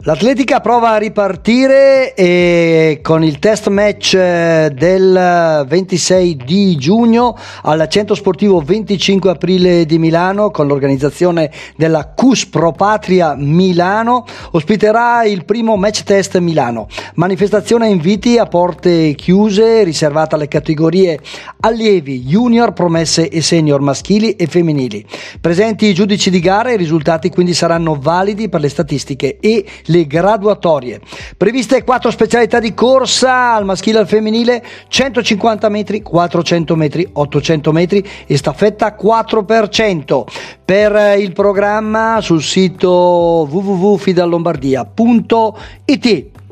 L'atletica prova a ripartire e con il test match del 26 di giugno al Centro Sportivo 25 Aprile di Milano, con l'organizzazione della CUS Pro Patria Milano, ospiterà il primo match test Milano. Manifestazione a inviti a porte chiuse, riservata alle categorie allievi, junior, promesse e senior maschili e femminili. Presenti i giudici di gara, i risultati quindi saranno validi per le statistiche e le graduatorie. Previste 4 specialità di corsa al maschile e al femminile: 150 metri, 400 metri, 800 metri e staffetta 4%. Per il programma sul sito www.fidallombardia.it.